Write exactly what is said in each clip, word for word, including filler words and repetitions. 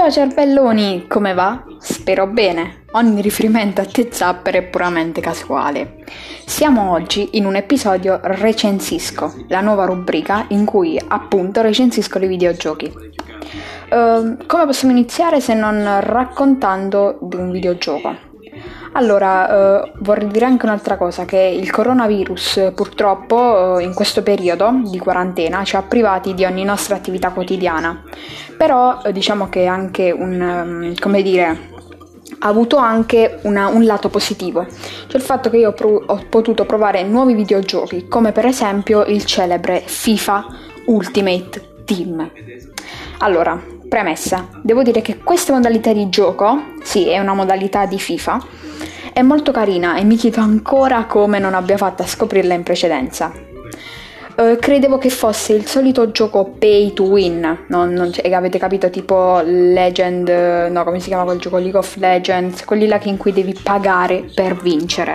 Ciao cervelloni, come va? Spero bene. Ogni riferimento a te Zapper è puramente casuale. Siamo oggi in un episodio Recensisco, la nuova rubrica in cui appunto recensisco i videogiochi. Uh, come possiamo iniziare se non raccontando di un videogioco? Allora, uh, vorrei dire anche un'altra cosa, che il coronavirus purtroppo uh, in questo periodo di quarantena ci ha privati di ogni nostra attività quotidiana, però uh, diciamo che anche un, um, come dire, ha avuto anche una, un lato positivo, cioè il fatto che io pro- ho potuto provare nuovi videogiochi, come per esempio il celebre FIFA Ultimate Team. Allora, premessa, devo dire che questa modalità di gioco, sì, è una modalità di FIFA, è molto carina e mi chiedo ancora come non abbia fatto a scoprirla in precedenza. Uh, credevo che fosse il solito gioco pay to win, non, non c- avete capito, tipo Legend, no, come si chiama quel gioco, League of Legends, quelli là che in cui devi pagare per vincere.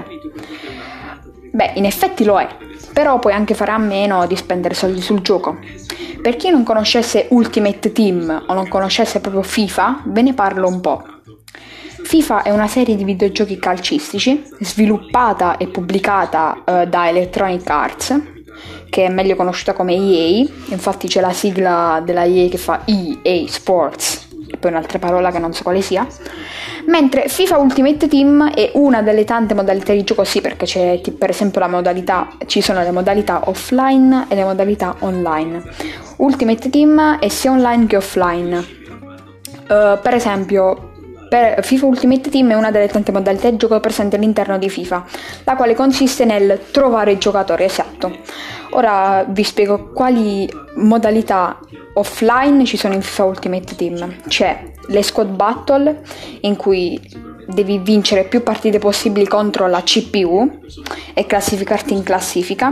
Beh, in effetti lo è, però puoi anche fare a meno di spendere soldi sul gioco. Per chi non conoscesse Ultimate Team o non conoscesse proprio FIFA, ve ne parlo un po'. FIFA è una serie di videogiochi calcistici sviluppata e pubblicata uh, da Electronic Arts, che è meglio conosciuta come E A, infatti c'è la sigla della E A che fa E A Sports, e poi un'altra parola che non so quale sia, mentre FIFA Ultimate Team è una delle tante modalità di gioco, sì, perché c'è per esempio la modalità, ci sono le modalità offline e le modalità online. Ultimate Team è sia online che offline. Uh, per esempio, per FIFA Ultimate Team è una delle tante modalità di gioco presenti all'interno di FIFA, la quale consiste nel trovare i giocatori, esatto. Ora vi spiego quali modalità offline ci sono in FIFA Ultimate Team. C'è le squad battle, in cui devi vincere più partite possibili contro la C P U e classificarti in classifica.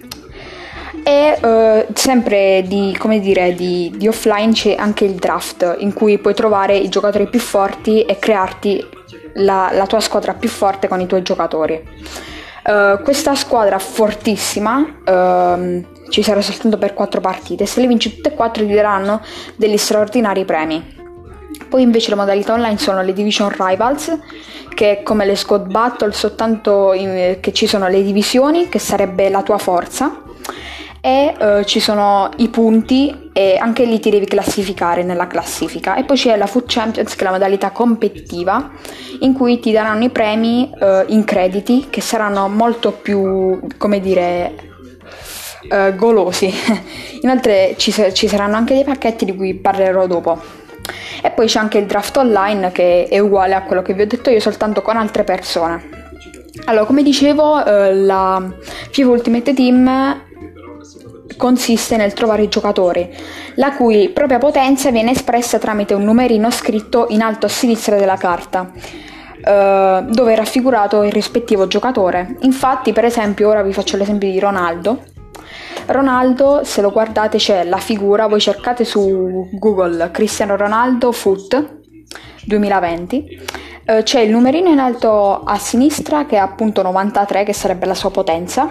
E uh, sempre di, come dire, di, di offline c'è anche il draft, in cui puoi trovare i giocatori più forti e crearti la, la tua squadra più forte con i tuoi giocatori. Uh, questa squadra fortissima uh, ci sarà soltanto per quattro partite, se le vinci tutte e quattro ti daranno degli straordinari premi. Poi invece le modalità online sono le Division Rivals, che come le squad battle soltanto in, che ci sono le divisioni, che sarebbe la tua forza, e uh, ci sono i punti e anche lì ti devi classificare nella classifica. E poi c'è la Foot Champions, che è la modalità competitiva, in cui ti daranno i premi uh, in crediti, che saranno molto più, come dire, uh, golosi. Inoltre ci, ci saranno anche dei pacchetti di cui parlerò dopo. E poi c'è anche il draft online, che è uguale a quello che vi ho detto io, soltanto con altre persone. Allora, come dicevo, uh, la FIFA Ultimate Team consiste nel trovare i giocatori, la cui propria potenza viene espressa tramite un numerino scritto in alto a sinistra della carta, eh, dove è raffigurato il rispettivo giocatore. Infatti, per esempio, ora vi faccio l'esempio di Ronaldo. Ronaldo, se lo guardate, c'è la figura, voi cercate su Google Cristiano Ronaldo Foot duemilaventi, eh, c'è il numerino in alto a sinistra che è appunto novantatré, che sarebbe la sua potenza.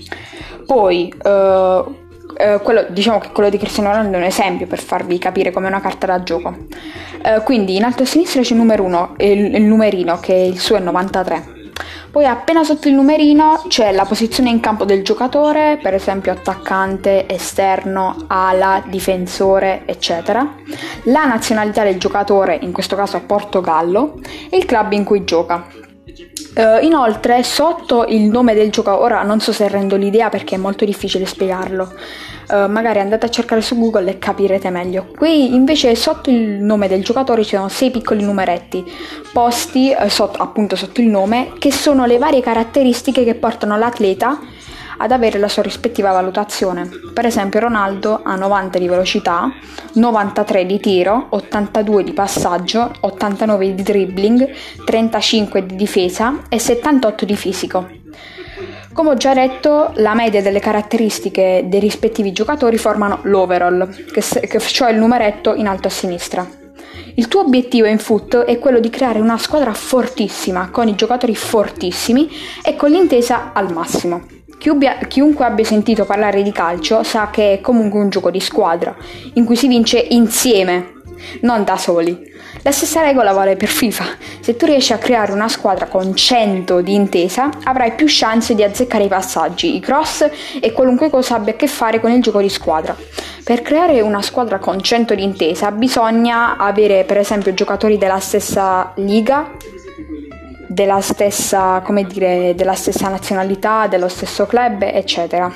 Poi eh, eh, quello, diciamo che quello di Cristiano Ronaldo è un esempio per farvi capire come una carta da gioco. Eh, quindi in alto a sinistra c'è il numero uno, il, il numerino, che il suo è novantatré. Poi appena sotto il numerino c'è la posizione in campo del giocatore, per esempio attaccante, esterno, ala, difensore, eccetera. La nazionalità del giocatore, in questo caso Portogallo, e il club in cui gioca. Uh, inoltre sotto il nome del giocatore, ora non so se rendo l'idea perché è molto difficile spiegarlo, uh, magari andate a cercare su Google e capirete meglio. Qui invece sotto il nome del giocatore ci sono sei piccoli numeretti posti uh, sotto, appunto sotto il nome, che sono le varie caratteristiche che portano l'atleta ad avere la sua rispettiva valutazione. Per esempio Ronaldo ha novanta di velocità, novantatré di tiro, ottantadue di passaggio, ottantanove di dribbling, trentacinque di difesa e settantotto di fisico. Come ho già detto, la media delle caratteristiche dei rispettivi giocatori formano l'overall, che, che cioè il numeretto in alto a sinistra. Il tuo obiettivo in foot è quello di creare una squadra fortissima, con i giocatori fortissimi e con l'intesa al massimo. Chiunque abbia sentito parlare di calcio sa che è comunque un gioco di squadra, in cui si vince insieme. non da soli. La stessa regola vale per FIFA. Se tu riesci a creare una squadra con cento di intesa, avrai più chance di azzeccare i passaggi, i cross e qualunque cosa abbia a che fare con il gioco di squadra. Per creare una squadra con cento di intesa bisogna avere per esempio giocatori della stessa liga, della stessa, come dire, della stessa nazionalità, dello stesso club, eccetera.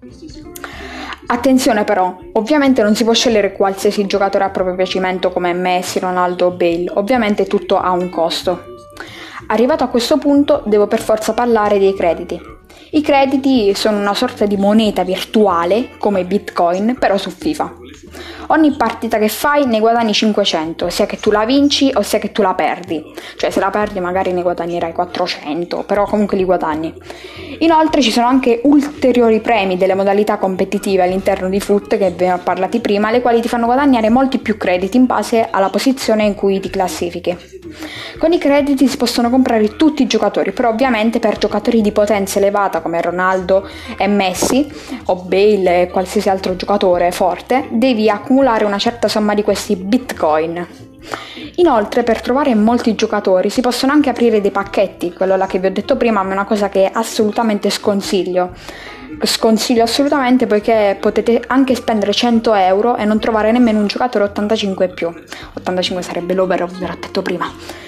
Attenzione però, ovviamente non si può scegliere qualsiasi giocatore a proprio piacimento come Messi, Ronaldo o Bale, ovviamente tutto ha un costo. Arrivato a questo punto devo per forza parlare dei crediti. I crediti sono una sorta di moneta virtuale, come Bitcoin, però su FIFA. Ogni partita che fai ne guadagni cinquecento, sia che tu la vinci o sia che tu la perdi. Cioè se la perdi magari ne guadagnerai quattrocento, però comunque li guadagni. Inoltre ci sono anche ulteriori premi delle modalità competitive all'interno di Foot che vi ho parlati prima, le quali ti fanno guadagnare molti più crediti in base alla posizione in cui ti classifichi. Con i crediti si possono comprare tutti i giocatori, però ovviamente per giocatori di potenza elevata come Ronaldo e Messi o Bale e qualsiasi altro giocatore forte, devi accumulare una certa somma di questi Bitcoin. Inoltre per trovare molti giocatori si possono anche aprire dei pacchetti, quello là che vi ho detto prima, ma è una cosa che assolutamente sconsiglio. Sconsiglio assolutamente poiché potete anche spendere cento euro e non trovare nemmeno un giocatore ottantacinque e più. ottantacinque sarebbe l'over, ve l'ho detto prima.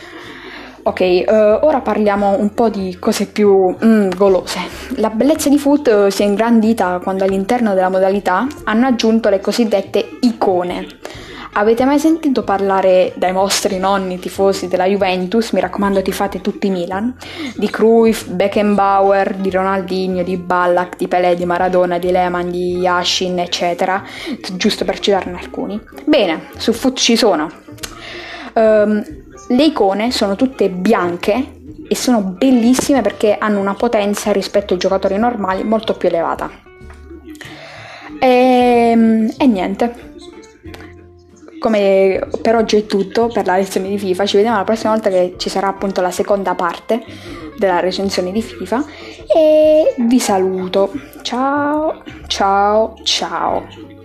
Ok, uh, ora parliamo un po' di cose più mm, golose. La bellezza di Foot uh, si è ingrandita quando all'interno della modalità hanno aggiunto le cosiddette icone. Avete mai sentito parlare dai vostri nonni tifosi della Juventus, mi raccomando tifate tutti Milan, di Cruyff, Beckenbauer, di Ronaldinho, di Ballack, di Pelé, di Maradona, di Lehmann, di Yashin, eccetera, giusto per citarne alcuni? Bene, su Foot ci sono. Um, le icone sono tutte bianche e sono bellissime perché hanno una potenza rispetto ai giocatori normali molto più elevata. E, e niente. Come per oggi è tutto per la lezione di FIFA, ci vediamo la prossima volta che ci sarà appunto la seconda parte della recensione di FIFA e vi saluto. Ciao, ciao, ciao.